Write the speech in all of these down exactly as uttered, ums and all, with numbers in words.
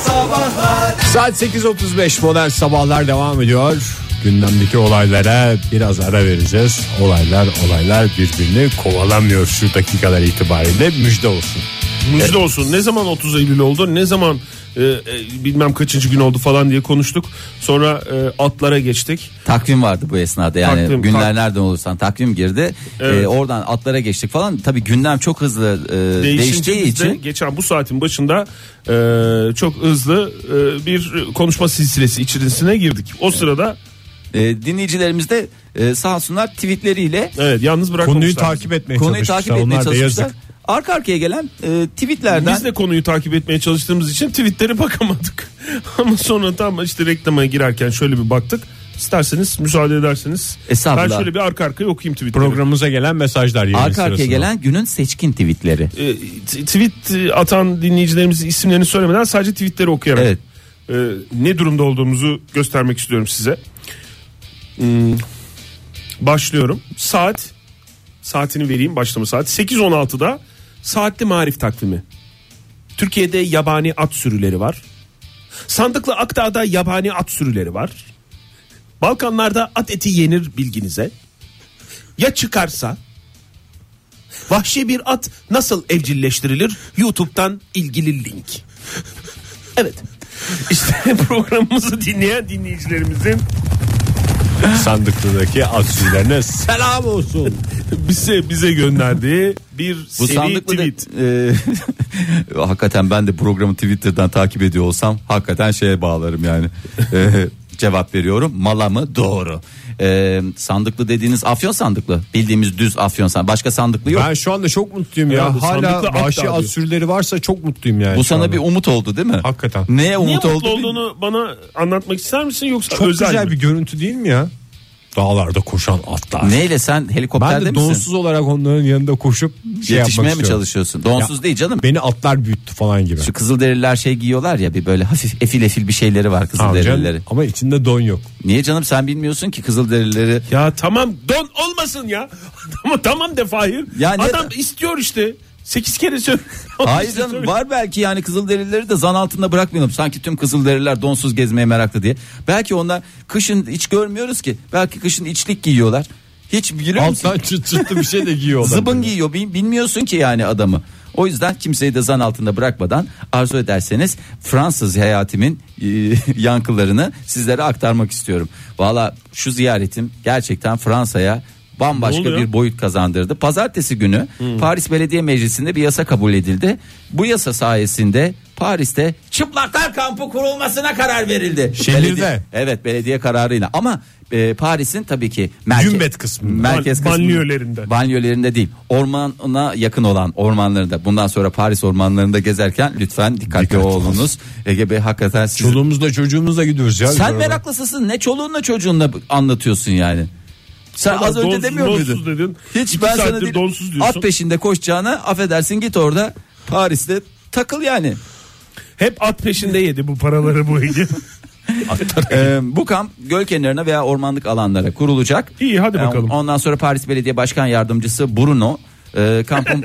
Sabahlar. Saat sekiz otuz beş, Modern Sabahlar devam ediyor. Gündemdeki olaylara biraz ara vereceğiz. Olaylar olaylar birbirini kovalamıyor şu dakikalar itibariyle, müjde olsun. Müjde olsun. Ne zaman otuz Eylül oldu? Ne zaman e, e, bilmem kaçıncı gün oldu falan diye konuştuk. Sonra e, atlara geçtik. Takvim vardı bu esnada yani Takvim, günler tak- nereden olursan takvim girdi. Evet. Ee, oradan atlara geçtik falan. Tabii gündem çok hızlı e, Değişince değiştiği biz de için. geçen bu saatin başında e, çok hızlı e, bir konuşma silsilesi içerisine girdik. O sırada E, dinleyicilerimiz de e, sağ olsunlar tweetleriyle evet yalnız bırakmamışlar. Konuyu takip etmeye konuyu çalışmışlar. takip etmeye Onlar da çalışmışlar. yazık. Arka arkaya gelen e, tweetlerden. Biz de konuyu takip etmeye çalıştığımız için tweetlere bakamadık. Ama sonra tam işte reklama girerken şöyle bir baktık. İsterseniz müsaade ederseniz ben Estağfurullah. şöyle bir arka arkaya okuyayım tweetleri. Programımıza gelen mesajlar yayın Arka arkaya sırasında. gelen günün seçkin tweetleri. E, t- tweet atan dinleyicilerimizin isimlerini söylemeden sadece tweetleri okuyarak Evet. e, ne durumda olduğumuzu göstermek istiyorum size. Hmm, başlıyorum. Saat saatini vereyim, başlama saat sekiz on altıda saatli marif takvimi. Türkiye'de yabani at sürüleri var. Sandıklı Akdağ'da yabani at sürüleri var. Balkanlarda at eti yenir bilginize. Ya çıkarsa? Vahşi bir at nasıl evcilleştirilir? YouTube'dan ilgili link. Evet. İşte programımızı dinleyen dinleyicilerimizin Sandıklıdaki at sürülerine selam olsun. bize bize gönderdiği bir Bu seri sandıklı tweet. de, e, hakikaten ben de programı Twitter'dan takip ediyor olsam hakikaten şeye bağlarım yani. E, cevap veriyorum. Mala mı? Doğru. E, sandıklı dediğiniz Afyon sandıklı. Bildiğimiz düz Afyon sandıklı. Başka sandıklı yok. Ben şu anda çok mutluyum ya. Ya bu Hala sandıklı at vahşi da at diyor. sürüleri varsa çok mutluyum yani. Bu şu sana anda. bir umut oldu değil mi? Hakikaten. Neye Niye umut mutlu oldu? olduğunu bana anlatmak ister misin yoksa Çok özel güzel mi? bir görüntü değil mi ya? Dağlarda koşan atlar. Neyle sen helikopterde Ben de misin? donsuz olarak onların yanında koşup şey yapmak Yetişmeye mi istiyorum. çalışıyorsun? Donsuz Ya, değil canım. Beni atlar büyüttü falan gibi. Şu Kızılderililer şey giyiyorlar ya bir böyle hafif efil efil bir şeyleri var Tamam Kızılderilileri. canım, ama içinde don yok. Niye canım sen bilmiyorsun ki Kızılderilileri? Ya tamam don olmasın ya. Tamam tamam de Fahir. Ya ne- Adam istiyor işte. Sekiz kere söyle. Hayır İşte canım söyle. var belki yani Kızılderilileri de zan altında bırakmayalım. Sanki tüm Kızılderililer donsuz gezmeye meraklı diye. Belki onlar kışın hiç görmüyoruz ki. Belki kışın içlik giyiyorlar. Hiç biliyor musun? Alttan çıt çıtlı bir şey de giyiyorlar. Zıbın giyiyor bil- bilmiyorsun ki yani adamı. O yüzden kimseyi de zan altında bırakmadan arzu ederseniz Fransız hayatimin e, yankılarını sizlere aktarmak istiyorum. Valla şu ziyaretim gerçekten Fransa'ya bambaşka Ne oluyor? bir boyut kazandırdı. Pazartesi günü Hmm. Paris Belediye Meclisi'nde bir yasa kabul edildi. Bu yasa sayesinde Paris'te çıplaklar kampı kurulmasına karar verildi. Şehirde. Belediye- evet belediye kararıyla ama e, Paris'in tabii ki merkez, Gümbet kısmında. merkez Ban- kısmında. banliyölerinde. Banliyölerinde değil. Ormana yakın olan ormanlarında. Bundan sonra Paris ormanlarında gezerken lütfen dikkatli Dikkatli olunuz. Ege Bey hakikaten siz... Çoluğumuzla çocuğumuzla gidiyoruz ya. Sen Biz meraklısısın. Ne çoluğunla çocuğunla anlatıyorsun yani. Sen Ama az önce donsuz- demiyor donsuz muydun? dedin. Hiç İki ben sana saattir değil. donsuz diyorsun. At peşinde koşacağına affedersin git orada Paris'te takıl yani. Hep at peşinde yedi bu paraları bu Ege. Ee, bu kamp göl kenarına veya ormanlık alanlara kurulacak. İyi, hadi Ee, bakalım. Ondan sonra Paris Belediye Başkan Yardımcısı Bruno e, kampın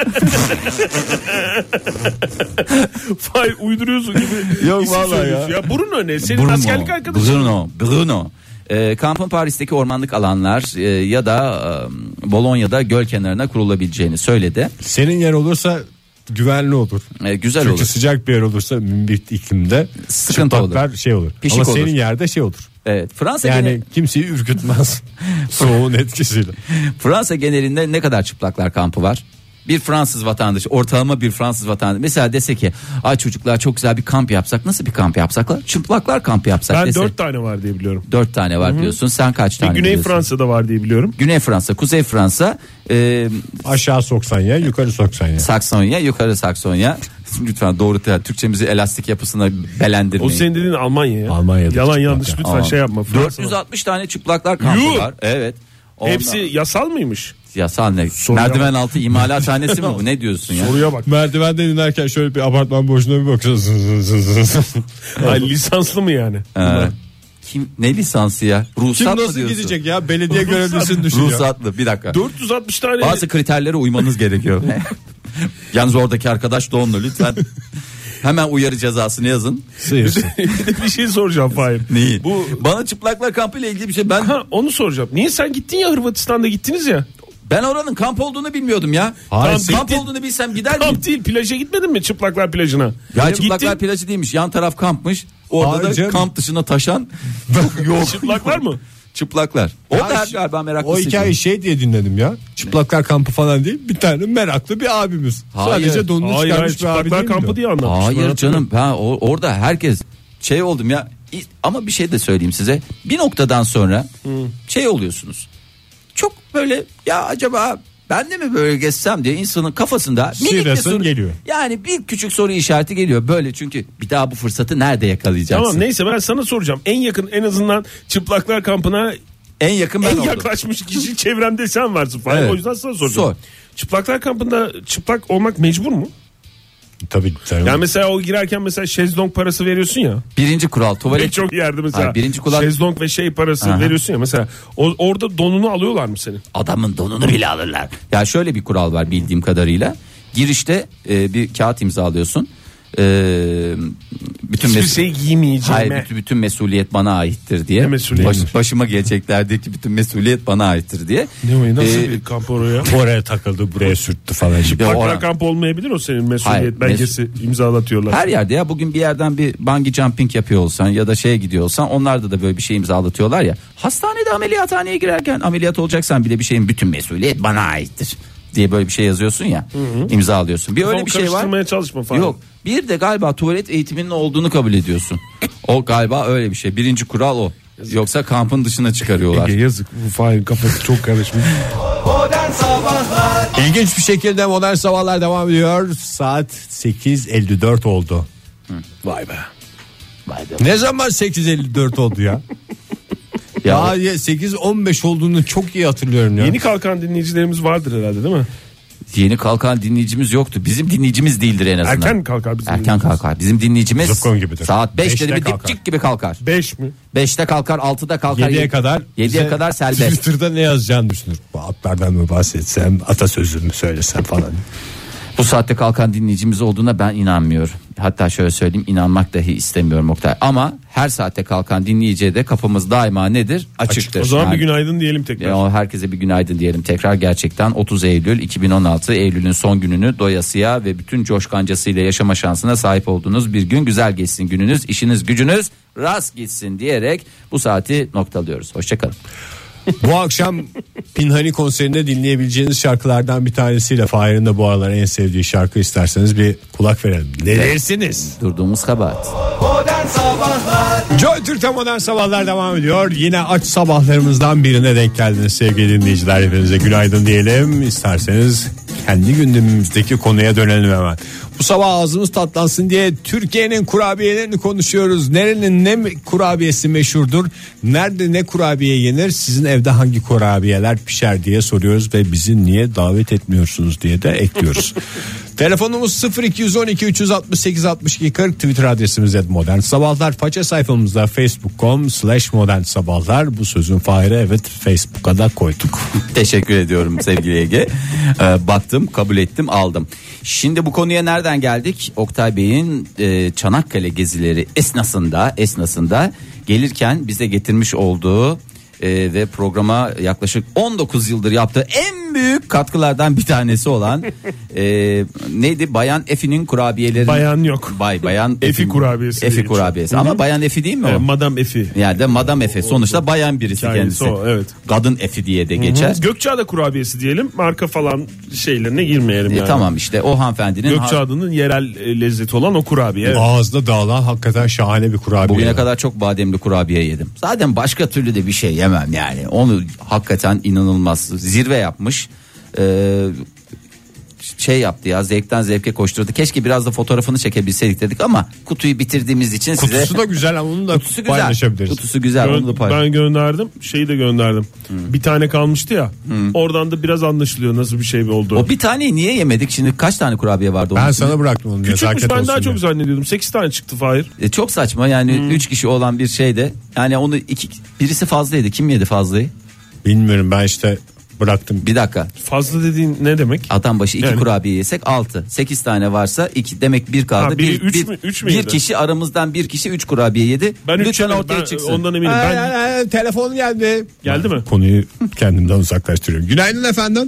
Fahir uyduruyorsun gibi. Yok isim vallahi söylüyorsun ya. ya. Bruno ne? Senin Bruno, askerlik arkadaşın. Bruno, Bruno. E, kampın Paris'teki ormanlık alanlar e, ya da e, Bolonya'da göl kenarına kurulabileceğini söyledi. Senin yer olursa güvenli olur. E, güzel Çünkü olur. sıcak bir yer olursa mümbit iklimde Sıkıntı çıplaklar şey olur. Pişik Ama olur. senin yerde şey olur. Evet, Fransa Yani gene- kimseyi ürkütmez. Soğuğun etkisiyle. Fransa genelinde ne kadar çıplaklar kampı var? Bir Fransız vatandaşı, ortalama bir Fransız vatandaşı mesela dese ki ay çocuklar çok güzel bir kamp yapsak, nasıl bir kamp yapsaklar? Çıplaklar kampı yapsak Ben dese. dört tane var diye biliyorum. Dört tane var diyorsun. Sen kaç Bir tane Güney biliyorsun? Fransa'da var diye biliyorum. Güney Fransa, Kuzey Fransa, e, Aşağı soksan ya, yukarı soksan ya. Saksonya, yukarı Saksonya. Lütfen doğru Türkçemizi elastik yapısına belendirmeyin. O senin dediğin Almanya ya. Almanya'da Yalan çıplak yanlış ya. lütfen Aa, şey yapma. Fransa dört yüz var. altmış tane çıplaklar kampı Yuh! var. Evet. Ondan- Hepsi yasal mıymış? yasal ne? Soruya Merdiven bak. altı imalathanesi mi bu? Ne diyorsun ya? Soruya bak. Merdivenden inerken şöyle bir apartman boşluğuna bir bakıyorsun. Zın zın zın zın. Ay, lisanslı mı yani? Ee, kim ne lisansı ya? Ruhsat Kim mı nasıl diyorsun? gidecek ya? Belediye Ruhsat. görevlisini düşün ya. Ruhsatlı bir dakika. dört yüz altmış tane. Bazı kriterlere uymanız gerekiyor. Yalnız oradaki arkadaş donlu lütfen. Hemen uyarı cezasını yazın. Sıyırsın. Bir de bir şey soracağım Fahir. Neyi? Bu Bana çıplaklar kampı ile ilgili bir şey. Ben ha, onu soracağım. Niye sen gittin ya, Hırvatistan'da gittiniz ya? ben oranın kamp olduğunu bilmiyordum ya. Hayır, kamp, kamp gittin. olduğunu bilsem gider miyim? Kamp değil, plaja gitmedin mi, çıplaklar plajına? Ya çıplaklar Gittin. plajı değilmiş. Yan taraf kampmış. Orada Hayır da canım. kamp dışına taşan çok yok. Çıplaklar mı? Çıplaklar. O Ya da şu- galiba O meraklısıydı. hikayeyi şey diye dinledim ya. Çıplaklar kampı falan değil. Bir tane meraklı bir abimiz. Hayır. Sadece donunu Hayır hayır, çıkarmış bir abi çıplaklar değil kampı mi? diye anlatmıştım. Hayır Ben hatırlıyorum. canım. Ha, o- orada herkes şey oldum ya. İ- Ama bir şey de söyleyeyim size. Bir noktadan sonra şey oluyorsunuz. Çok böyle ya acaba ben de mi böyle geçsem diye insanın kafasında minik bir Sırasın soru geliyor. Yani bir küçük soru işareti geliyor böyle, çünkü bir daha bu fırsatı nerede yakalayacaksın? Tamam, neyse, ben sana soracağım. En yakın, en azından çıplaklar kampına En yakın ben en oldum. yaklaşmış kişi çevremde sen varsın Fahir. Evet. O yüzden sana soracağım. Sor. Çıplaklar kampında çıplak olmak mecbur mu? Tabii. tabii. Yani mesela o girerken mesela şezlong parası veriyorsun ya. Birinci kural tuvalet. Pek çok yerde mesela Hayır, birinci kural- şezlong ve şey parası Aha. veriyorsun ya. Mesela o, orada donunu alıyorlar mı senin? Adamın donunu bile alırlar. Ya şöyle bir kural var bildiğim kadarıyla. Girişte e, bir kağıt imzalıyorsun. E, bütün Hiçbir mes- şey giymeyeceğime. Hayır, bütün, bütün mesuliyet bana aittir diye. Ne mesuliyet? Baş- başıma geleceklerdeki bütün mesuliyet bana aittir diye. Ne o, nasıl Ee, bir kamp oraya? Oraya takıldı, buraya sürttü falan. Ya Çıplaklar oran- kamp olmayabilir o senin mesuliyet Hayır, belgesi imzalatıyorlar. Her yerde ya, bugün bir yerden bir bungee jumping yapıyor olsan ya da şeye gidiyor olsan, onlarda da böyle bir şey imzalatıyorlar ya. Hastanede ameliyathaneye girerken ameliyat olacaksan bile bir şeyin bütün mesuliyet bana aittir diye böyle bir şey yazıyorsun ya, imza alıyorsun. Bir öyle Kafamı bir şey var. karıştırmaya çalışma falan. Yok. Bir de galiba tuvalet eğitiminin olduğunu kabul ediyorsun. O galiba öyle bir şey. Birinci kural o. Yoksa kampın dışına çıkarıyorlar. Ege, yazık, bu Fahir'in kafası çok karışmış. İlginç bir şekilde Modern Sabahlar devam ediyor. Saat sekiz elli dört oldu. Vay be. Vay be. Ne zaman sekiz elli dört oldu ya? Ya Daha ya sekiz on beş olduğunu çok iyi hatırlıyorum ya. Yeni kalkan dinleyicilerimiz vardır herhalde, değil mi? yeni kalkan dinleyicimiz yoktu. Bizim dinleyicimiz değildir en azından. Erken kalkar bizim. Erken kalkar. Bizim dinleyicimiz Zıpkın gibidir. saat beş Beşte dedi mi kalkar. dipçik gibi kalkar. beş mi? beşte kalkar, altıda kalkar. yediye yedi- kadar yediye bize kadar serbest. Twitter'da ne yazacağını düşünür. Bu atlardan mı bahsetsem, atasözü mü söylesem falan. Bu saatte kalkan dinleyicimiz olduğuna ben inanmıyorum. Hatta şöyle söyleyeyim, inanmak dahi istemiyorum Oktay. Ama her saatte kalkan dinleyiciye de kapımız daima nedir? Açıktır. O zaman Yani- bir günaydın diyelim tekrar. Ya, o herkese bir günaydın diyelim tekrar. Gerçekten otuz Eylül iki bin on altı, Eylül'ün son gününü doyasıya ve bütün coşkancasıyla yaşama şansına sahip olduğunuz bir gün. Güzel geçsin gününüz, işiniz gücünüz rast gitsin diyerek bu saati noktalıyoruz. Hoşçakalın. Bu akşam Pinhani konserinde dinleyebileceğiniz şarkılardan bir tanesiyle Fahir'in de bu aralar en sevdiği şarkı, isterseniz bir kulak verelim. Ne dersiniz? Durduğumuz kabahat. Joy Türk'te Modern Sabahlar devam ediyor. Yine aç sabahlarımızdan birine denk geldiniz sevgili dinleyiciler. Hepinize günaydın diyelim. İsterseniz kendi gündemimizdeki konuya dönelim hemen. Bu sabah ağzımız tatlansın diye Türkiye'nin kurabiyelerini konuşuyoruz. Nerenin ne kurabiyesi meşhurdur? Nerede ne kurabiye yenir? Sizin evde hangi kurabiyeler pişer diye soruyoruz ve bizi niye davet etmiyorsunuz diye de ekliyoruz. Telefonumuz sıfır iki on iki üç altı sekiz altmış iki kırk, Twitter adresimiz et Modern Sabahlar, faça sayfamızda facebook nokta com slash modern sabahlar. Bu sözün Fahir'e evet Facebook'a da koyduk. Teşekkür ediyorum sevgili Ege. Ee, baktım, kabul ettim, aldım. Şimdi bu konuya nereden geldik? Oktay Bey'in e, Çanakkale gezileri esnasında esnasında gelirken bize getirmiş olduğu e, ve programa yaklaşık on dokuz yıldır yaptığı en büyük katkılardan bir tanesi olan e, neydi? Bayan Efi'nin kurabiyeleri. Bayan yok. Bay Bayan Efi kurabiyesi Efi diye kurabiyesi. geçiyor. Ama Hı hı. Bayan Efi değil mi o? Evet, Madame Efi. Yani de Madame Efe, sonuçta bayan birisi Kendisi kendisi. o, evet. Kadın Efi diye de geçer. Gökçeada kurabiyesi diyelim. Marka falan şeylerine girmeyelim E, yani. tamam işte o hanımefendinin Gökçeada'nın yerel e, lezzeti olan o kurabiye. Evet. Ağızda dağılan hakikaten şahane bir kurabiye. bugüne kadar çok bademli kurabiye yedim. Zaten başka türlü de bir şey yemem yani. Onu hakikaten inanılmaz zirve yapmış. Ee, şey yaptı ya, zevkten zevke koşturdu. Keşke biraz da fotoğrafını çekebilseydik dedik ama kutuyu bitirdiğimiz için size Kutusu da güzel ama onu da kutusu güzel. paylaşabiliriz. Kutusu güzel. Gö- onu da paylaş- ben gönderdim. Şeyi de gönderdim. Bir tane kalmıştı ya. Oradan da biraz anlaşılıyor nasıl bir şey oldu. O bir taneyi niye yemedik? Şimdi kaç tane kurabiye vardı? Ben onun içinde? sana bıraktım onu. Küçükmüş, nezaket ben olsun daha diye. çok zannediyordum. sekiz tane çıktı Fahir. E, çok saçma yani üç kişi olan bir şeyde. Yani onu iki birisi fazlaydı. Kim yedi fazlayı? Bilmiyorum, ben işte bıraktım. Bir dakika. Fazla dediğin ne demek? Adam başı iki Yani. kurabiye yesek altı. sekiz tane varsa iki demek bir kaldı. Ha, biri bir, üç bir, mü- üç mü bir yedi? kişi aramızdan bir kişi üç kurabiye yedi. Ben üç Lütfen yedim, ortaya ben çıksın. ondan eminim. Ay, Ben ay, ay, telefon geldi. Geldi mi? Konuyu kendimden uzaklaştırıyorum. Günaydın efendim.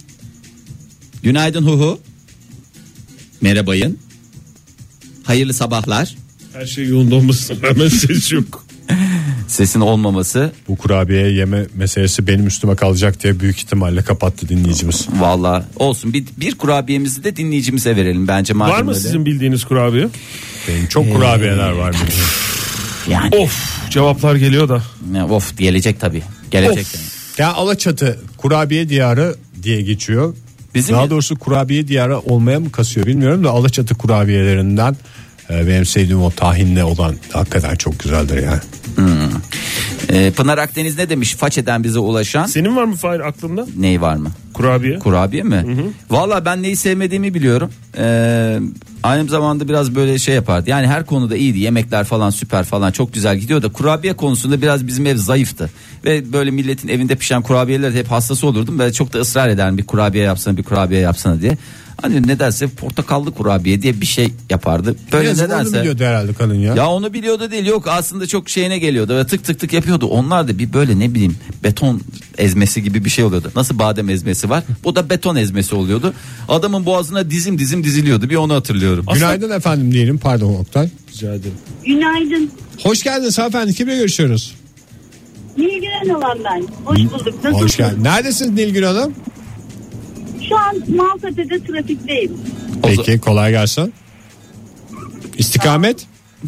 Günaydın Huhu. Merhabayın. Hayırlı sabahlar. her şey yolunda olmasın. Hemen ses yok. Sesin olmaması Bu kurabiye yeme meselesi benim üstüme kalacak diye büyük ihtimalle kapattı dinleyicimiz. valla olsun. Bir, bir kurabiyemizi de dinleyicimize verelim bence. Madem Var mı öyle. sizin bildiğiniz kurabiye? Benim çok kurabiyeler var. benim. Yani Of, cevaplar geliyor da. ya, of gelecek tabii. Gelecek. Of. Yani. Ya Alaçatı kurabiye diyarı diye geçiyor. Bizim Daha ya- doğrusu kurabiye diyarı olmaya mı kasıyor bilmiyorum da Alaçatı kurabiyelerinden e, benim sevdiğim o tahinli olan hakikaten çok güzeldir yani. Ee, Pınar Akdeniz ne demiş? Façeden bize ulaşan Senin var mı Fahir aklında? ney var mı? Kurabiye. Kurabiye mi? Valla ben neyi sevmediğimi biliyorum. Ee, aynı zamanda biraz böyle şey yapardı. Yani her konuda iyiydi. Yemekler falan süper falan çok güzel gidiyor da kurabiye konusunda biraz bizim ev zayıftı. Ve böyle milletin evinde pişen kurabiyeler hep hastası olurdum. Ben çok da ısrar ederim bir kurabiye yapsana bir kurabiye yapsana diye. Hani nedense portakallı kurabiye diye bir şey yapardı. Böyle Yazık onu nedense. biliyordu herhalde kadın ya. Ya onu biliyordu değil, yok aslında çok şeyine geliyordu ve tık tık tık yapıyordu. Onlar da bir böyle ne bileyim beton ezmesi gibi bir şey oluyordu. Nasıl badem ezmesi var, bu da beton ezmesi oluyordu. Adamın boğazına dizim dizim diziliyordu, bir onu hatırlıyorum. Günaydın efendim diyelim, pardon Oktay. Rica ederim. Günaydın. Hoş geldiniz hanımefendi, kimle görüşüyoruz? Nilgün olan ben. Hoş bulduk. Nasılsınız? Hoş geldin. Neredesiniz Nilgün Hanım? Şu an Maltepe'de trafikteyim. Peki kolay gelsin. İstikamet?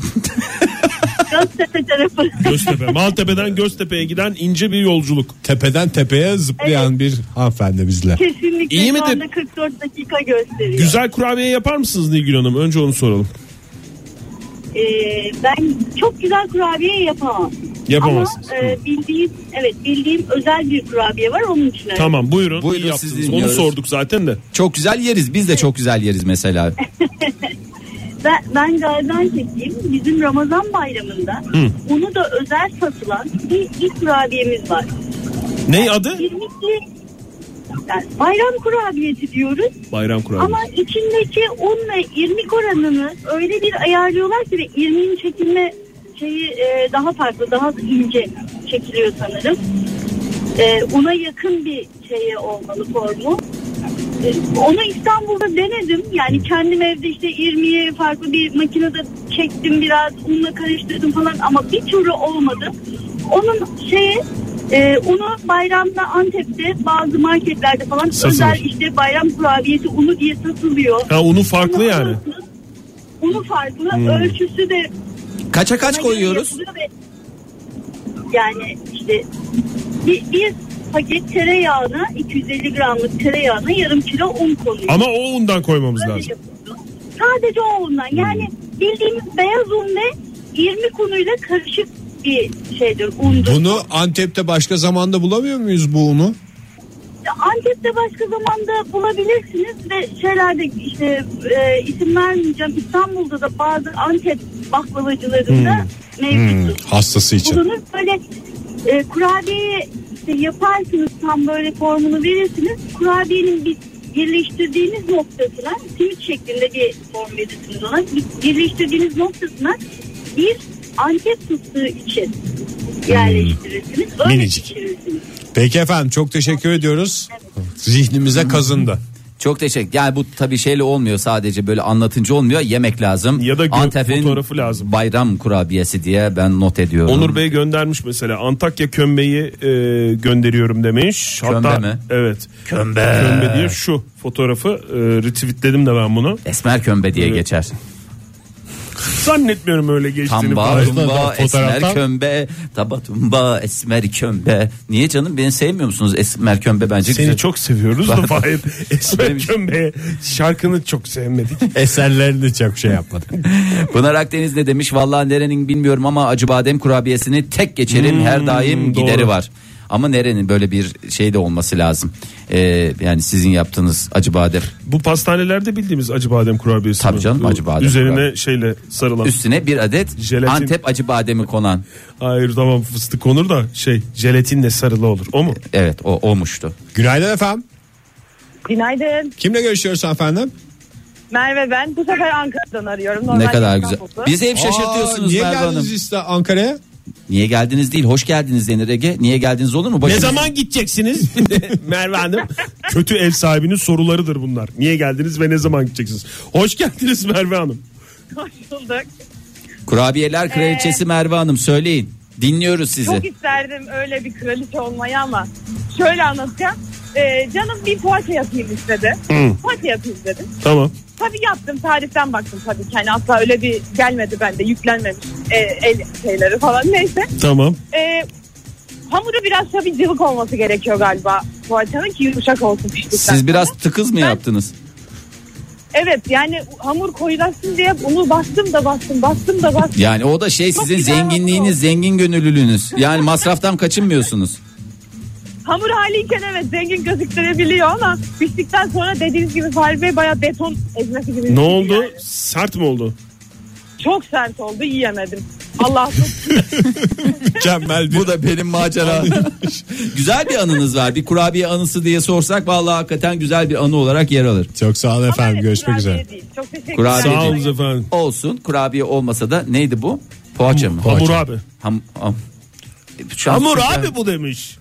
Göztepe tarafı. Göztepe. Maltepe'den Göztepe'ye giden ince bir yolculuk. Tepeden tepeye zıplayan bir hanımefendi bizle. Kesinlikle İyi şu midir? anda kırk dört dakika gösteriyor. Güzel kurabiye yapar mısınız Nilgün Hanım? Önce onu soralım. Ee, ben çok güzel kurabiye yapamam. Yapamazsınız. Ama e, bildiğim, evet bildiğim özel bir kurabiye var, onun için. öyle. Tamam buyurun. Buyurun, İyi siz yaptınız. Onu dinliyoruz. sorduk zaten de. Çok güzel yeriz, biz de çok güzel yeriz mesela. Ben, ben Gaziantep'liyim. Bizim Ramazan bayramında Hı. unu da özel satılan bir, bir kurabiyemiz var. Ne adı? İrmikli, yani bayram kurabiyesi diyoruz. Bayram kurabiye. Ama içindeki un ve irmik oranını öyle bir ayarlıyorlar ki ve irmiğin çekilme şeyi e, daha farklı, daha ince çekiliyor sanırım. E, una yakın bir şeye olmalı formu. E, onu İstanbul'da denedim. Yani kendim evde işte irmiği farklı bir makinede çektim, biraz unla karıştırdım falan ama bir türlü olmadı. Onun şeyi e, unu bayramda Antep'te bazı marketlerde falan Satılır. özel işte bayram kurabiyesi unu diye satılıyor. Ha unu farklı Unu yani. alıyorsunuz. Unu farklı. Hmm. Ölçüsü de Kaça kaç ona göre koyuyoruz? yapılıyor ve yani işte bir, bir paket tereyağına iki yüz elli gramlık tereyağına yarım kilo un konuyor. Ama o undan koymamız Öyle lazım. yapılıyor. Sadece o undan. Yani bildiğimiz beyaz un ve irmik unuyla karışık bir şeydir, undur. Bunu Antep'te başka zamanda bulamıyor muyuz bu unu? Antep'te başka zamanda bulabilirsiniz ve şeylerde işte e, isim vermeyeceğim, İstanbul'da da bazı Antep baklavacılarında mevcuttur. Hmm, hastası için. Bulunur. Böyle e, kurabiyeyi işte yaparsınız, tam böyle formunu verirsiniz. Kurabiyenin bir birleştirdiğiniz noktasına, simit şeklinde bir form verirsiniz ona. Bir birleştirdiğiniz noktasına bir Antep fıstığı için yerleştirirsiniz. Öyle Minicik. pişirirsiniz. Peki efendim, çok teşekkür ediyoruz. Zihnimize kazındı. Çok teşekkür. Yani bu tabii şeyle olmuyor, sadece böyle anlatınca olmuyor. Yemek lazım. Ya da gö- Antep'in fotoğrafı lazım. bayram kurabiyesi diye ben not ediyorum. Onur Bey göndermiş mesela, Antakya kömbeyi e, gönderiyorum demiş. Kömbe Hatta, mi? Evet. Kömbe. Kömbe diye şu fotoğrafı e, retweetledim de ben bunu. Esmer kömbe diye Evet. geçer. Zannetmiyorum öyle geçtiğini. Tamba falan. tumba esmer Fotoğraftan- kömbe, taba tumba esmer kömbe. Niye canım, beni sevmiyor musunuz? Esmer kömbe bence Seni güzel. çok seviyoruz da Fahir. Esmer Benim- kömbe şarkını çok sevmedik. Eserlerini çok şey yapmadı. Pınar Akdeniz ne demiş? Vallahi nerenin bilmiyorum ama Acıbadem kurabiyesini tek geçerim, Hmm, her daim doğru. gideri var. Ama nerenin böyle bir şey de olması lazım. Ee, yani sizin yaptığınız acı badem. Bu pastanelerde bildiğimiz acı badem kurabiyesi. Tabii mi? canım, Bu acı badem üzerine kurabiye. şeyle sarılan. Üstüne bir adet Jelatin. Antep acı bademi konan. Hayır tamam, fıstık konur da şey jelatinle sarılı olur. O mu? Evet, o olmuştu. Günaydın efendim. Günaydın. Kimle görüşüyoruz efendim? Merve ben. Bu sefer Ankara'dan arıyorum. Ne Normalde kadar güzel. İstanbul'da. Bizi hep şaşırtıyorsunuz Aa, niye Merve Hanım. geldiniz işte Ankara'ya? Niye geldiniz değil, hoş geldiniz denir Ege. Niye geldiniz olur mu? Ne Başınız... zaman gideceksiniz? Merve Hanım. Kötü ev sahibinin sorularıdır bunlar. Niye geldiniz ve ne zaman gideceksiniz? Hoş geldiniz Merve Hanım. Hoş bulduk. Kurabiyeler kraliçesi Ee, Merve Hanım, söyleyin. Dinliyoruz sizi. Çok isterdim öyle bir kraliçe olmayı ama şöyle anlatacağım. Ee, canım bir poğaça yapayım istedi. Hı. Poğaça yapayım dedim. Tamam. Tabii yaptım, tariften baktım tabii. Yani asla öyle bir gelmedi bende, yüklenmemiş e, el şeyleri falan, neyse. Tamam. E, hamuru biraz tabii cıvık olması gerekiyor galiba poğaçanın ki yumuşak olsun piştikten Siz biraz sonra. tıkız mı Ben- yaptınız? Evet, yani hamur koyulaşsın diye unu bastım da bastım, bastım da bastım. Yani o da şey, Çok sizin güzel zenginliğiniz, oldu. zengin gönüllülüğünüz. Yani masraftan kaçınmıyorsunuz. Hamur haliyken evet zengin gözüktürebiliyor ama piştikten sonra dediğiniz gibi Fahri Bey bayağı beton ezmesi gibi. bir Ne şeydi oldu? yani. Sert mi oldu? Çok sert oldu, yiyemedim. Allah Mükemmel bir Bu da benim macera. Güzel bir anınız var. Bir kurabiye anısı diye sorsak vallahi hakikaten güzel bir anı olarak yer alır. Çok sağ olun efendim. Evet, Görüşmek kurabiye üzere. değil. Çok teşekkürler. Kurabiye Sağ değil. olun efendim. Olsun, kurabiye olmasa da neydi bu? Poğaça mı? Hamur abi. Ham, ham. Şu an Hamur süper. abi bu demiş.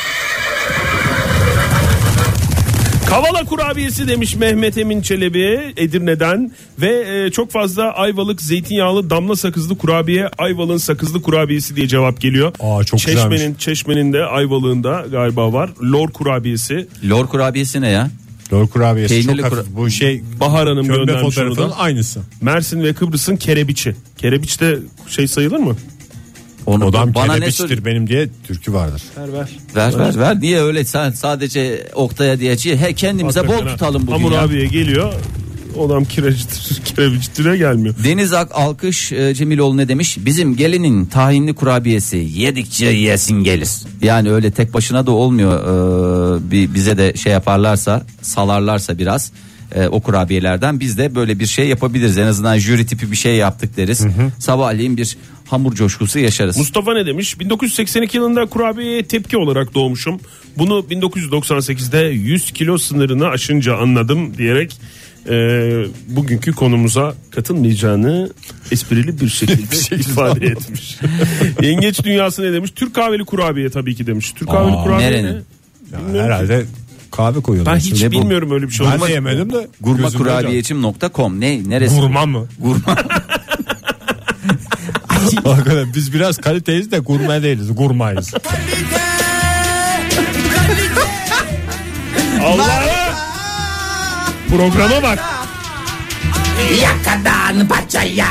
Kavala kurabiyesi demiş Mehmet Emin Çelebi Edirne'den ve e, çok fazla Ayvalık zeytinyağlı damla sakızlı kurabiye, Ayvalık'ın sakızlı kurabiyesi diye cevap geliyor. Aa, çok Çeşme'nin, güzelmiş. Çeşme'nin de Ayvalık'ında galiba var. Lor kurabiyesi. Lor kurabiyesi ne ya? Lor kurabiyesi Peynirli çok hafif. kura- Bu şey Bahar Hanım kömbe göndermiş onu fotoğrafının da. aynısı. Mersin ve Kıbrıs'ın kerebiçi. Kerebiç de şey sayılır mı? Onu Odam bana ne kerebiçtir sor- benim diye türkü vardır. Ver ver. Ver ver ver. Niye öyle sen sadece Oktay'a diye he kendimize bol Hakikaten ha. tutalım bugün Hamur ya. abiye geliyor. Odam kireçtir, kerebiçtire gelmiyor. Deniz Ak Alkış e, Cemiloğlu ne demiş? Bizim gelinin tahinli kurabiyesi yedikçe yesin gelir. Yani öyle tek başına da olmuyor. Ee, bir bize de şey yaparlarsa, salarlarsa biraz e, o kurabiyelerden biz de böyle bir şey yapabiliriz. En azından jüri tipi bir şey yaptık deriz. Sabahleyin bir hamur coşkusu yaşarız. Mustafa ne demiş? bin dokuz yüz seksen iki yılında kurabiyeye tepki olarak doğmuşum. Bunu bin dokuz yüz doksan sekizde yüz kilo sınırını aşınca anladım diyerek e, bugünkü konumuza katılmayacağını esprili bir şekilde ifade etmiş. Yengeç dünyası ne demiş? Türk kahveli kurabiye tabii ki demiş. Türk kahveli Aa, kurabiye nerenin? ne? Ya herhalde kahve koyuyorlar. Ben hiç Ne bu? bilmiyorum öyle bir şey Ben olmaz. de yemedim de. Gurma gözümde kurabiyecim nokta com ne neresi? Gurma mı? Gurma. Hakikaten biz biraz kaliteyiz de gurme değiliz. Gurmayız. Allah'ım! Programa bak. Yakadan paçaya.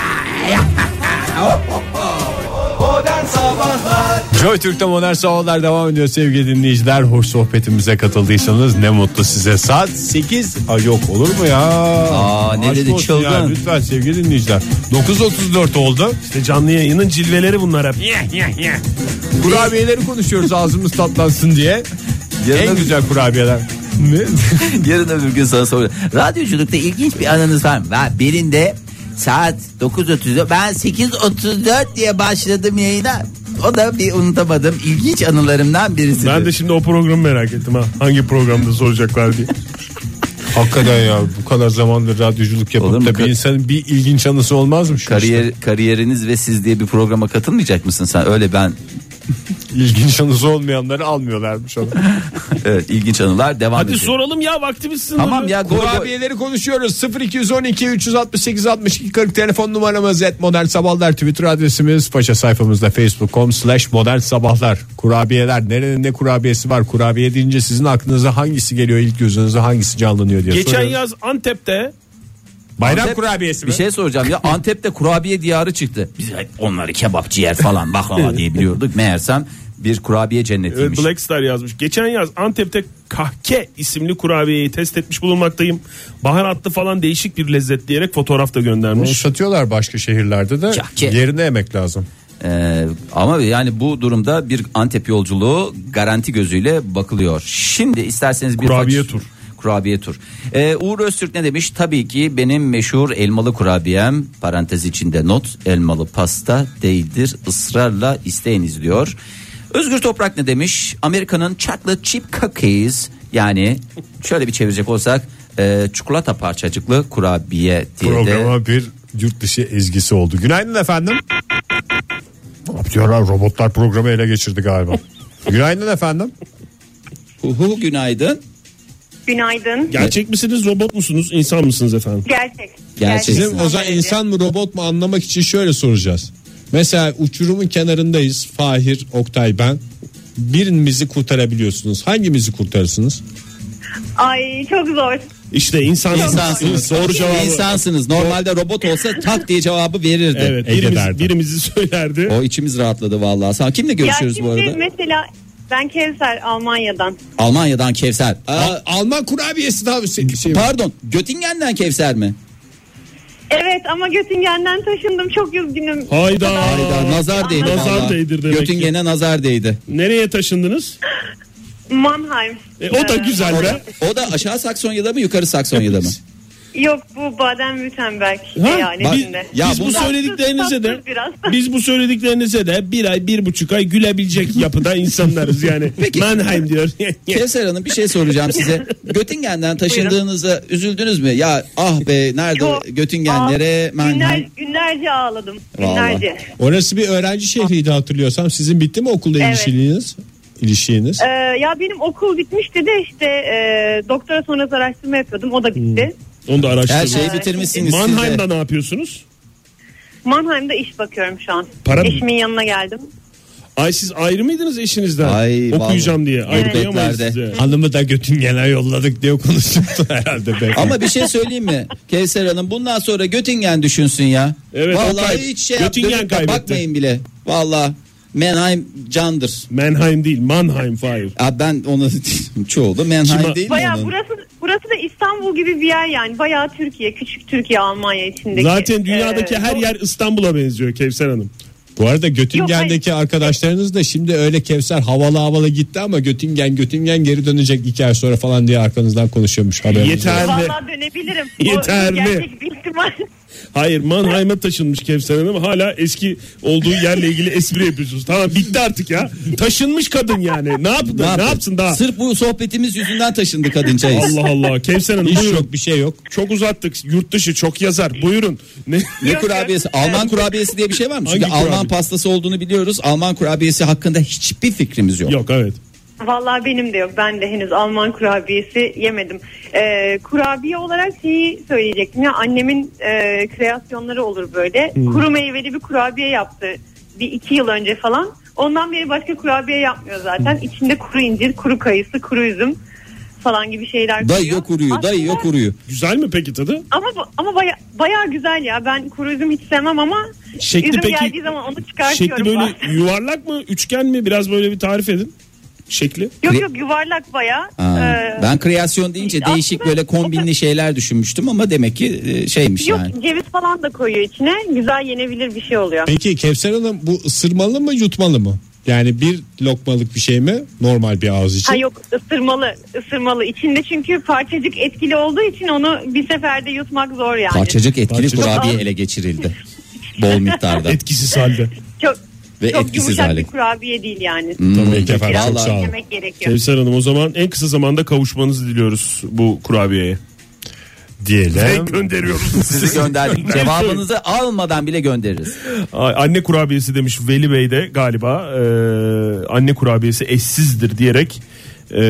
Joy Türk'te modern sabahlar devam ediyor sevgili dinleyiciler. Hoş sohbetimize katıldıysanız ne mutlu size. Saat sekiz. Ay yok olur mu ya? Aa, ne Aşk dedi, olsun çılgın. ya, lütfen sevgili dinleyiciler. dokuz otuz dört oldu. İşte canlı yayının cilveleri bunlar hep. Kurabiyeleri konuşuyoruz ağzımız tatlansın diye. Yarın En öbür- güzel kurabiyeler. Ne? Yarın öbür gün sana soracağım. Radyoculukta ilginç bir anınız var mı? Va- Birinde saat dokuz otuz dört, ben sekiz otuz dört diye başladım yayına. O da bir unutamadım ilginç anılarımdan birisi. Ben de şimdi o programı merak ettim ha. Hangi programda soracaklar diye. Hakikaten ya bu kadar zamandır radyoculuk Olur yapıp mu? da bir insanın bir ilginç anısı olmaz mı? Şu Kariyer, işte? kariyeriniz ve siz diye bir programa katılmayacak mısın sen? Öyle ben İlginç anısı olmayanları almıyorlarmış ona. evet, ilginç anılar devam Hadi ediyor. soralım ya, vaktimiz sınırlı. Tamam ya, goy goy. Kurabiyeleri konuşuyoruz. sıfır iki on iki üç altı sekiz altmış iki kırk telefon numaramız, et modern sabahlar, Twitter adresimiz, faça sayfamızda facebook nokta com slash modern sabahlar. Kurabiyeler, nerenin ne kurabiyesi var? Kurabiye deyince sizin aklınıza hangisi geliyor, ilk gözünüze hangisi canlanıyor diye Geçen soruyoruz. yaz Antep'te Bayram Antep- kurabiyesi mi? Bir şey soracağım ya, Antep'te kurabiye diyarı çıktı. Biz onları kebapçı yer falan baklava diye biliyorduk. Meğersem bir kurabiye cennetiymiş. Black Star yazmış. Geçen yaz Antep'te kahke isimli kurabiyeyi test etmiş bulunmaktayım. Baharatlı falan değişik bir lezzet diyerek fotoğraf da Onu göndermiş. satıyorlar başka şehirlerde de, Kahke. yerine yemek lazım. Ee, ama yani bu durumda bir Antep yolculuğu garanti gözüyle bakılıyor. Şimdi isterseniz bir Kurabiye faç- tur. Kurabiye tur. Ee, Uğur Öztürk ne demiş? Tabii ki benim meşhur elmalı kurabiyem, parantez içinde not, elmalı pasta değildir, ısrarla isteyiniz diyor. Özgür Toprak ne demiş? Amerika'nın chocolate chip cookies, yani şöyle bir çevirecek olsak e, çikolata parçacıklı kurabiye diye de. Programa bir yurt dışı ezgisi oldu. Günaydın efendim. Ne yapıyorlar? Robotlar programı ele geçirdi galiba. Günaydın efendim. Uhu, günaydın. Günaydın. Gerçek misiniz, robot musunuz, insan mısınız efendim? Gerçek. Gerçek. Bizim o zaman insan mı robot mu anlamak için şöyle soracağız. Mesela uçurumun kenarındayız. Fahir, Oktay, ben. Birimizi kurtarabiliyorsunuz. Hangimizi kurtarırsınız? Ay çok zor. İşte insan İnsansınız. Doğru cevabı. İnsansınız. Normalde robot olsa tak diye cevabı verirdi. Evet, Ege birimiz, derdi. birimizi söylerdi. O içimiz rahatladı vallahi. Sen kimle Ya görüşüyoruz şimdi bu arada? mesela ben Kevser Almanya'dan. Almanya'dan Kevser. Aa, Al- Alman kurabiyesi tabii. Şey, şey- pardon, Göttingen'den Kevser mi? Evet ama Göttingen'den taşındım, çok üzgünüm. Hayda. Hayda, nazar değdi. Nazar vallahi. değdir demek ki. Göttingen'e nazar değdi. Nereye taşındınız? Mannheim. E, o da Ee, güzel be. O da aşağı Saksonya'da mı, yukarı Saksonya'da mı? Yok, bu Baden-Württemberg Ha? eyaletinde. Ya biz bu bunlar- söylediklerinize de Tatsız biraz. biz bu söylediklerinize de bir ay bir buçuk ay gülebilecek yapıda insanlarız yani. Peki. Mannheim diyor. Kevser Hanım, bir şey soracağım size. Göttingen'den taşındığınızda üzüldünüz mü? Ya ah be, nerede Çok- Göttingenlere, Aa, günler, Mannheim. günlerce ağladım. Vallahi. Günlerce. Orası bir öğrenci şehriydi hatırlıyorsam. Sizin bitti mi okulda Evet. ilişkiniz? İlişkiniz? Ee, ya benim okul bitmişti de işte e, doktora sonrası araştırma yapıyordum. O da bitti. Onu da Her araştırdım. şeyi bitirmişsiniz siz de. Mannheim'da ne yapıyorsunuz? Mannheim'da iş bakıyorum şu an. Para- Eşimin yanına geldim. Ay siz ayrı mıydınız eşinizden? Ay, Okuyacağım diye. Ay, Evet. kıyamayız Beklerde. size. Hanımı da Göttingen'e yolladık diye konuşuldu herhalde. Belki. Ama bir şey söyleyeyim mi? Kevser Hanım, bundan sonra Göttingen düşünsün ya. Evet, o Vallahi kayıp. hiç şey Göttingen yaptırıp da kaybetti. bakmayın bile. Vallahi Mannheim candır. Mannheim değil, Mannheim Fahir. Abi ben onu çoğulu Mannheim Kime- değil mi Bayağı onun? burası burası da İstanbul gibi bir yer yani. Bayağı Türkiye, küçük Türkiye, Almanya içindeki. Zaten dünyadaki Ee, her o- yer İstanbul'a benziyor Kevser Hanım. Bu arada Göttingen'deki Yok, arkadaşlarınız da şimdi öyle Kevser havalı havalı gitti ama Göttingen Göttingen geri dönecek iki ay sonra falan diye arkanızdan konuşuyormuş haberiniz. Yeter. yok. Vallahi dönebilirim. Yeter o mi? gerçek bir ihtimal. Hayır, Mannheim'a taşınmış Kevser Hanım. Hala eski olduğu yerle ilgili espri yapıyorsunuz. Tamam, bitti artık ya. Taşınmış kadın yani. Ne yaptı? Ne, yaptı? yapsın daha? Sırf bu sohbetimiz yüzünden taşındı kadıncağız. Allah Allah. Kevser Hanım İş buyurun. yok bir şey yok. Çok uzattık. Yurt dışı çok yazar. Buyurun. Ne? Ne Yok, kurabiyesi? yok. Alman kurabiyesi diye bir şey var mı? Çünkü Hangi Alman kurabiye? pastası olduğunu biliyoruz. Alman kurabiyesi hakkında hiçbir fikrimiz yok. Yok, evet. Vallahi benim de yok. Ben de henüz Alman kurabiyesi yemedim. Ee, kurabiye olarak şeyi söyleyecektim. Ya annemin e, kreasyonları olur böyle. Hmm. Kuru meyveli bir kurabiye yaptı. Bir iki yıl önce falan. Ondan beri başka kurabiye yapmıyor zaten. İçinde kuru incir, kuru kayısı, kuru üzüm falan gibi şeyler Dayıyor kuruyu, dayıyor Aslında- kuruyu. Güzel mi peki tadı? Ama bu- ama baya, bayağı güzel ya. Ben kuru üzüm hiç sevmem ama Şekli üzüm peki- geldiği zaman onu çıkartıyorum. Şekli böyle bazen. yuvarlak mı, üçgen mi? Biraz böyle bir tarif edin. Şekli. Yok yok yuvarlak bayağı. Aa, Ee, ben kreasyon deyince aslında- değişik böyle kombinli şeyler düşünmüştüm ama demek ki e, şeymiş Yok yani. ceviz falan da koyuyor içine. Güzel yenebilir bir şey oluyor. Peki Kevser Hanım bu ısırmalı mı yutmalı mı? Yani bir lokmalık bir şey mi? Normal bir ağız için. Ha yok ısırmalı ısırmalı. İçinde çünkü parçacık etkili olduğu için onu bir seferde yutmak zor yani. Parçacık etkili Parçacık. kurabiye Çok- ele geçirildi. Bol miktarda. Etkisiz halde. Çok Ve çok etkisiz yumuşak hale. bir kurabiye değil yani. Tamam peki efendim, Biraz çok sağ olun. yemek gerekiyor. Kevser Hanım, o zaman en kısa zamanda kavuşmanızı diliyoruz bu kurabiyeye. Diyelim. Ve gönderiyoruz. Sizi gönderdik. Cevabınızı almadan bile göndeririz. Ay, anne kurabiyesi demiş Veli Bey de galiba. Ee, anne kurabiyesi eşsizdir diyerek e,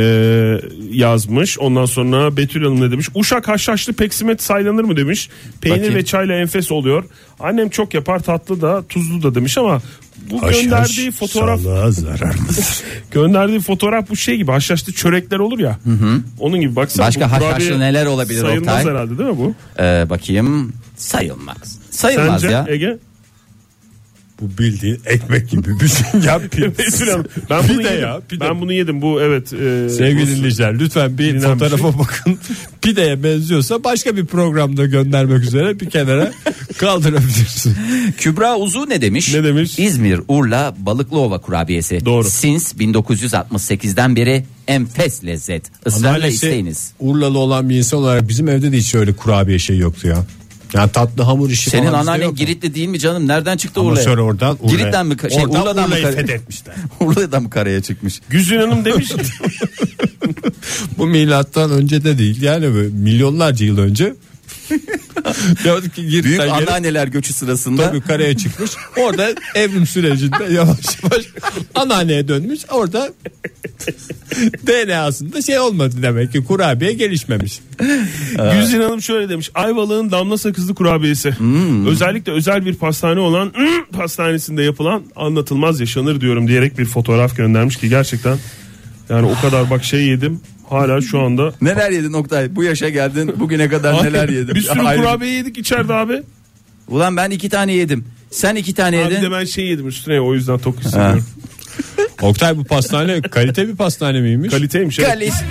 yazmış. Ondan sonra Betül Hanım ne demiş? Uşak haşhaşlı peksimet saylanır mı demiş. Peynir Bakayım. ve çayla enfes oluyor. Annem çok yapar, tatlı da tuzlu da demiş ama bu Haşhaş gönderdiği fotoğraf sağlığa zararlıdır. gönderdiği fotoğraf bu şey gibi, haşhaşlı çörekler olur ya. Onun gibi baksana. Başka bu haşhaşlı kurabiye neler olabilir sayılmaz Oktay? herhalde değil mi bu? Ee, bakayım, sayılmaz. Sayılmaz Sence ya. Ege? Bu bildiğin ekmek gibi bir şey ya. Mesut Hanım, ben bunu Pide yedim. ya, pide. Ben bunu yedim. Bu evet. E, Sevgili bu- dinleyiciler lütfen bir bilinen bir fotoğrafa şey. bakın. Pideye benziyorsa başka bir programda göndermek üzere bir kenara kaldırabilirsin. Kübra Uzu ne demiş? Ne demiş? İzmir, Urla, Balıklıova kurabiyesi. Doğru. Since bin dokuz yüz altmış sekizden beri enfes lezzet. Israrla Anneannesi isteyiniz. Urlalı olan bir insan olarak bizim evde de hiç öyle kurabiye şey yoktu ya. Yani tatlı hamur işi Senin falan bizde anneannen yok. Giritli değil mi canım? Nereden çıktı Ama Urla'ya? sonra oradan Urla'ya- Girit'ten mi? Şey, oradan Urla'dan mı? Urla'yı kare- fethetmişler. Urla'dan mı karaya çıkmış? Güzin Hanım demiş. Bu milattan önce de değil yani böyle milyonlarca yıl önce. Ya ki Girit'ten Büyük gelip- anneanneler göçü sırasında. Tabii karaya çıkmış. Orada evrim sürecinde yavaş yavaş anneanneye dönmüş. Orada D N A'sında şey olmadı demek ki kurabiye gelişmemiş. Güzin Hanım şöyle demiş. Ayvalık'ın damla sakızlı kurabiyesi. Hmm. Özellikle özel bir pastane olan mm, pastanesinde yapılan anlatılmaz yaşanır diyorum diyerek bir fotoğraf göndermiş ki gerçekten yani o kadar bak şey yedim. Hala şu anda Neler yedin Oktay? Bu yaşa geldin. Bugüne kadar neler yedin? bir sürü Ayrı- kurabiye yedik içeride abi. Ulan ben iki tane yedim. Sen iki tane Abi yedin. de ben şey yedim üstüne o yüzden tok hissediyorum. Oktay bu pastane kalite bir pastane miymiş? Kaliteymiş. Evet. Kalite.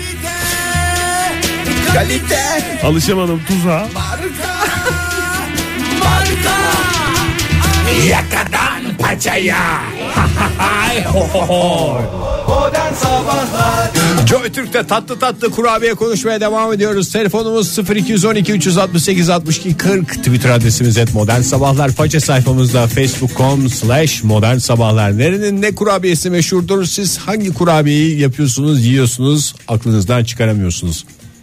Kalite. Alışamadım tuzağa. Yakadan paçaya. Joy Türk'te tatlı tatlı kurabiye konuşmaya devam ediyoruz. Telefonumuz sıfır iki on iki üç altı sekiz altmış iki kırk. Twitter adresimiz et modern sabahlar. Faça sayfamızda facebook nokta com slash modern sabahlar. Nerenin ne kurabiyesi meşhurdur? Siz hangi kurabiyeyi yapıyorsunuz, yiyorsunuz, aklınızdan çıkaramıyorsunuz?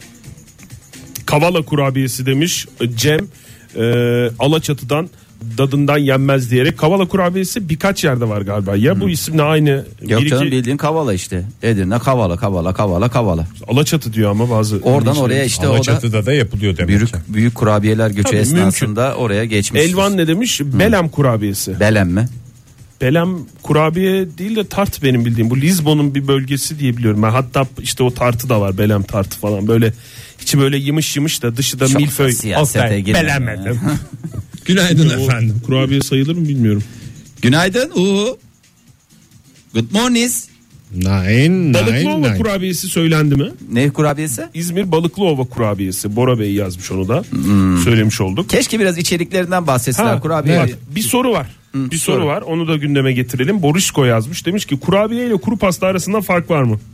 Kavala kurabiyesi demiş Cem e, Alaçatı'dan dadından yenmez diyerek. Kavala kurabiyesi birkaç yerde var galiba. Ya bu isimle aynı. Yok bir canım iki- bildiğin Kavala işte. Edirne Kavala Kavala Kavala Kavala. Alaçatı diyor ama bazı. Oradan oraya işte o da Alaçatı'da da yapılıyor demek büyük ki. büyük kurabiyeler göçü Tabii, esnasında oraya geçmiş. Elvan ne demiş? Belem kurabiyesi. Belem mi? Belem kurabiye değil de tart benim bildiğim. Bu Lizbon'un bir bölgesi diye biliyorum. Ben hatta işte o tartı da var. Belem tartı falan. Böyle içi böyle yımış yımış da dışı da Çok milföy. siyasete Oktay, girme. Belemedim. Günaydın O efendim. kurabiye sayılır mı bilmiyorum. Günaydın. Uhu. Good morning. Nine, Balıklıova nine, nine. kurabiyesi söylendi mi? Ne kurabiyesi? İzmir Balıklıova kurabiyesi. Bora Bey yazmış onu da. Hmm. Söylemiş olduk. Keşke biraz içeriklerinden bahsetseler Ha, kurabiye. bak, bir soru var. bir soru soru. var. Onu da gündeme getirelim. Borişko yazmış. Demiş ki kurabiye ile kuru pasta arasında fark var mı?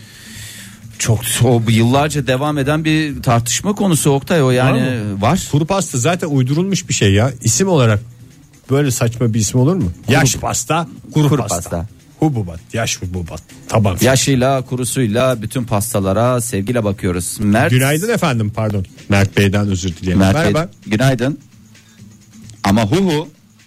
Çok o yıllarca devam eden bir tartışma konusu Oktay o yani Var var. Kuru pasta zaten uydurulmuş bir şey ya. İsim olarak böyle saçma bir isim olur mu? Yaş pasta, kuru, Kuru pasta. pasta. Hububat, yaş hububat. Tamam. Yaşıyla kurusuyla bütün pastalara sevgiyle bakıyoruz. Mert. Günaydın efendim, pardon. Mert Bey'den özür dilerim. Mert Bey, Merhaba. günaydın. Ama hu hu.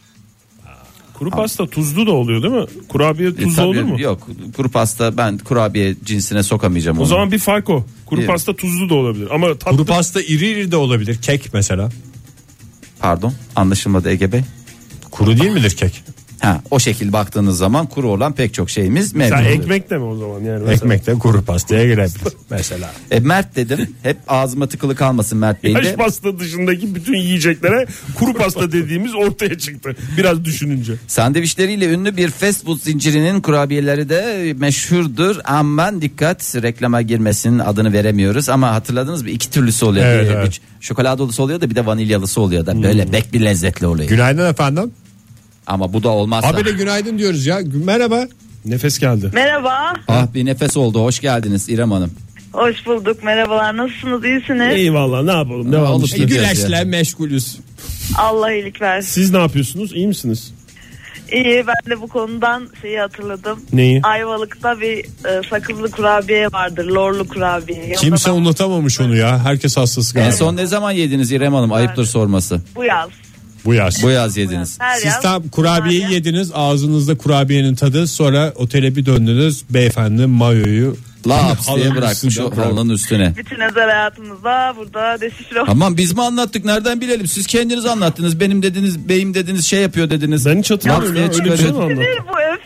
Kuru pasta tuzlu da oluyor değil mi? Kurabiye E, tuzlu tabii, olur mu? Yok kuru pasta ben kurabiye cinsine sokamayacağım onu. O zaman bir fark o. Kuru Evet. pasta tuzlu da olabilir. Ama tatlı Kuru pasta iri iri de olabilir. Kek mesela. Pardon anlaşılmadı Ege Bey. Kuru değil midir kek? Ha, o şekil baktığınız zaman kuru olan pek çok şeyimiz mevcut. sen oluyor. ekmek de mi o zaman yani? Mesela. Ekmek de kuru pastaya girebilir mesela. E, Mert dedim. Hep ağzıma tıkılı kalmasın Mert Bey'in Yaş de. pasta dışındaki bütün yiyeceklere kuru pasta dediğimiz ortaya çıktı. Biraz düşününce. Sandviçleriyle ünlü bir fast food zincirinin kurabiyeleri de meşhurdur. Aman dikkat reklama girmesin adını veremiyoruz. Ama hatırladınız mı? İki türlüsü oluyor. Evet, bir, evet. bir şokoladolusu oluyor da bir de vanilyalısı oluyor da. Böyle bek bir lezzetli oluyor. Günaydın efendim. Ama bu da olmazsa. Habire günaydın diyoruz ya. Merhaba. Nefes geldi. Merhaba. Ah bir nefes oldu. Hoş geldiniz İrem Hanım. Hoş bulduk. Merhabalar. Nasılsınız? İyisiniz? Eyvallah ne yapalım devam Olup işte. gidiyor. Güneşle meşgulüz. Allah iyilik versin. Siz ne yapıyorsunuz? İyi misiniz? İyi. Ben de bu konudan şeyi hatırladım. Neyi? Ayvalık'ta bir e, sakızlı kurabiye vardır. Lorlu kurabiye. Yanında Kimse da unutamamış onu ya. Herkes hastası En galiba. son ne zaman yediniz İrem Hanım? Ayıptır sorması. Bu yaz. Bu yaz. Bu yaz yediniz. Her Siz yaz. tam kurabiyeyi kurabiye. yediniz, ağzınızda kurabiyenin tadı, sonra otele bir döndünüz, beyefendi mayoyu Laps diye halının bırakmış üstünde o bırak- halının üstüne. Bütün özel hayatımızda burada deşifre oldu. Aman biz mi anlattık nereden bilelim siz kendiniz anlattınız benim dediniz beyim dediniz şey yapıyor dediniz. Ben hiç hatırlamıyorum ya. Laps diye Öyle bir şey mi çıkarıyor. anlattın? Nedir bu öfke?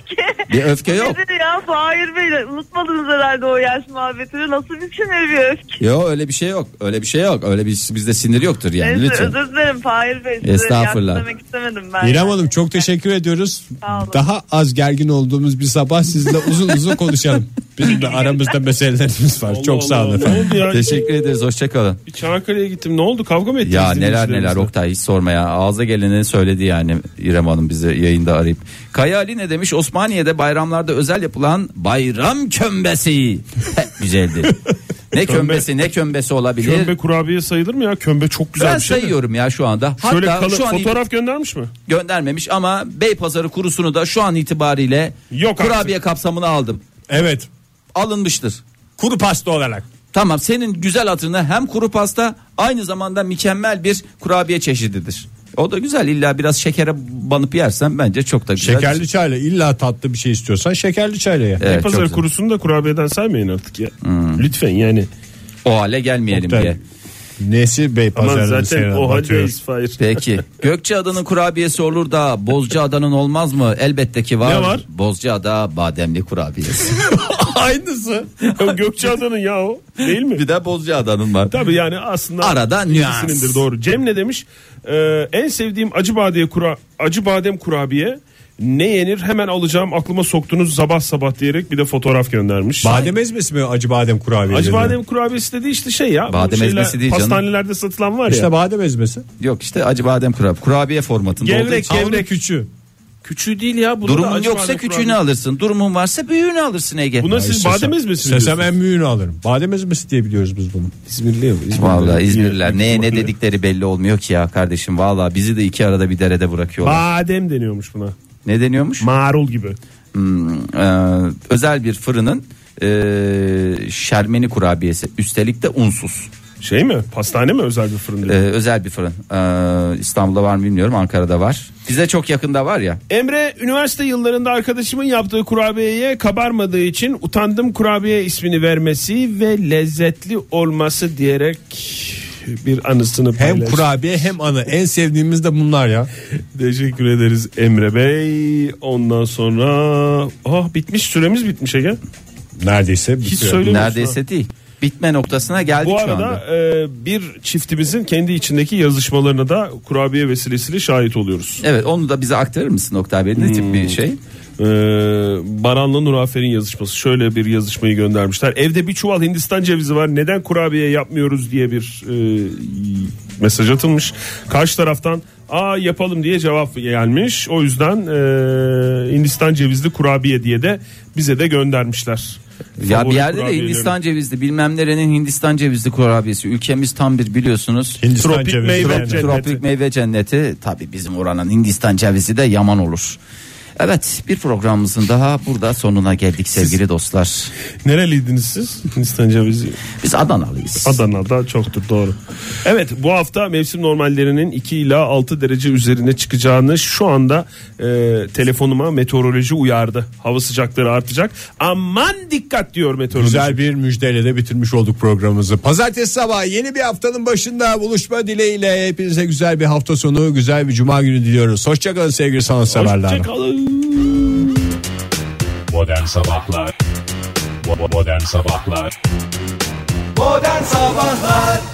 Bir öfke yok. Nedir ya Fahir Bey, unutmadınız herhalde o yaş muhabbetini. Nasıl bir sinir bir öfke? Yok öyle bir şey yok. Öyle bir şey yok. Öyle bir bizde sinir yoktur yani. Neyse, Lütfen. özür dilerim Fahir Bey. Size Estağfurullah. demek istemedim ben. İrem yani. Hanım çok teşekkür ediyoruz. Sağ olun. Daha az gergin olduğumuz bir sabah sizinle uzun uzun konuşalım. Bizim de aramızda meselelerimiz var. Allah Çok sağ olun Allah, efendim. Ne oldu ya? Teşekkür ederiz. Hoşçakalın. Bir Çanakkale'ye gittim. Ne oldu? Kavga mı ettiniz? Ya neler neler dinleyicilerimizle? Oktay, hiç sorma ya. Ağza geleni söyledi yani İrem Hanım bize yayında arayıp. Kaya Ali ne demiş? Osmaniye'de bayramlarda özel yapılan bayram kömbesi. Hep güzeldi. Ne kömbesi ne kömbesi olabilir? Kömbe kurabiye sayılır mı ya? Kömbe çok güzel Ben bir şey. sayıyorum ya şu anda. Şöyle Hatta kalın, şu an fotoğraf göndermiş mi? göndermemiş ama Beypazarı kurusunu da şu an itibariyle Yok kurabiye kapsamına aldım. Evet. Alınmıştır. Kuru pasta olarak. Tamam, senin güzel hatırına hem kuru pasta aynı zamanda mükemmel bir kurabiye çeşididir. O da güzel, illa biraz şekere banıp yersen bence çok da güzel. Şekerli çayla, illa tatlı bir şey istiyorsan şekerli çayla ya. Evet, çok Pazar güzel. kurusunu da kurabiyeden saymayın artık ya. Lütfen yani. O hale gelmeyelim Oktay, diye. Nesi Ama Beypazarı'nın zaten seyrine o batıyor. haldeyiz Fahir. Peki Gökçeada'nın kurabiyesi olur da Bozcaada'nın olmaz mı? Elbette ki var. Ne var? Bozcaada bademli kurabiyesi. Aynısı. O Gökçeada'nın ya o. Değil mi? Bir de Bozcaada'nın var. Tabii yani aslında Arada nüans. ikisinindir, doğru. Cem ne demiş? Ee, en sevdiğim acı badem kura acı badem kurabiye. Ne yenir hemen alacağım, aklıma soktunuz sabah sabah diyerek bir de fotoğraf göndermiş. Badem ezmesi mi acı badem kurabiye? Acı dedi? badem kurabiyesi dediği işte şey ya. bu Badem şeyler, ezmesi değil canım. pastanelerde satılan var İşte ya. badem ezmesi. Yok işte acı badem kurabiye. Kurabiye formatında olduğu Gevrek için. Ha, o da gevrek. küçüğü. Küçüğü değil ya. Bunu da Durumun acı yoksa badem küçüğünü kurabiye. alırsın. Durumun varsa büyüğünü alırsın Ege. Buna siz İstesem- badem ezmesi mi İstesem diyorsunuz? en büyüğünü alırım. Badem ezmesi diye biliyoruz biz bunu. İzmirli mi? İzmirli. Vallahi İzmirliler İyi, neye ne ihtimalle. dedikleri belli olmuyor ki ya kardeşim. Vallahi bizi de iki arada bir derede bırakıyorlar. Badem deniyormuş buna. Ne deniyormuş? Marul gibi. Hmm, e, özel bir fırının e, şermeni kurabiyesi. Üstelik de unsuz. Şey mi? Pastane mi, özel bir fırın E, diyor. özel bir fırın. E, İstanbul'da var mı bilmiyorum. Ankara'da var. Bize çok yakında var ya. Emre, üniversite yıllarında arkadaşımın yaptığı kurabiyeye kabarmadığı için utandım kurabiye ismini vermesi ve lezzetli olması diyerek bir anısını Hem paylaş. kurabiye hem anı. En sevdiğimiz de bunlar ya. Teşekkür ederiz Emre Bey. Ondan sonra ah bitmiş, süremiz bitmiş Ege. Neredeyse Hiç bitiyor. söylemiyorsun. Neredeyse değil. Bitme noktasına geldik Bu şu anda. arada e, bir çiftimizin kendi içindeki yazışmalarına da kurabiye vesilesiyle şahit oluyoruz. Evet, onu da bize aktarır mısın Oktay Bey? Ne tip bir şey? Ee, Baran'la Nurafer'in yazışması, şöyle bir yazışmayı göndermişler. Evde bir çuval Hindistan cevizi var, neden kurabiye yapmıyoruz diye bir e, mesaj atılmış. Karşı taraftan aa yapalım diye cevap gelmiş. O yüzden e, Hindistan cevizli kurabiye diye de bize de göndermişler. Ya Favori bir yerde de kurabiyelerini. Hindistan cevizli bilmem nerenin Hindistan cevizli kurabiyesi. Ülkemiz tam bir biliyorsunuz. Hindistan Tropik cevizi. meyve Yani. cenneti. Tropik meyve cenneti. Tabii bizim oranın Hindistan cevizi de yaman olur. Evet, bir programımızın daha burada sonuna geldik sevgili dostlar. Nereliydiniz siz? Hindistan cevizi. Biz Adanalıyız. Adana'da çoktur, doğru. Evet, bu hafta mevsim normallerinin iki ila altı derece üzerine çıkacağını şu anda e, telefonuma meteoroloji uyardı. Hava sıcakları artacak. Aman dikkat diyor meteoroloji. Güzel bir müjdeyle de bitirmiş olduk programımızı. Pazartesi sabahı yeni bir haftanın başında buluşma dileğiyle hepinize güzel bir hafta sonu, güzel bir cuma günü diliyoruz. Hoşçakalın sevgili sanatseverler. Hoşçakalın. Modern Sabahlar Bo- Modern Sabahlar Modern Sabahlar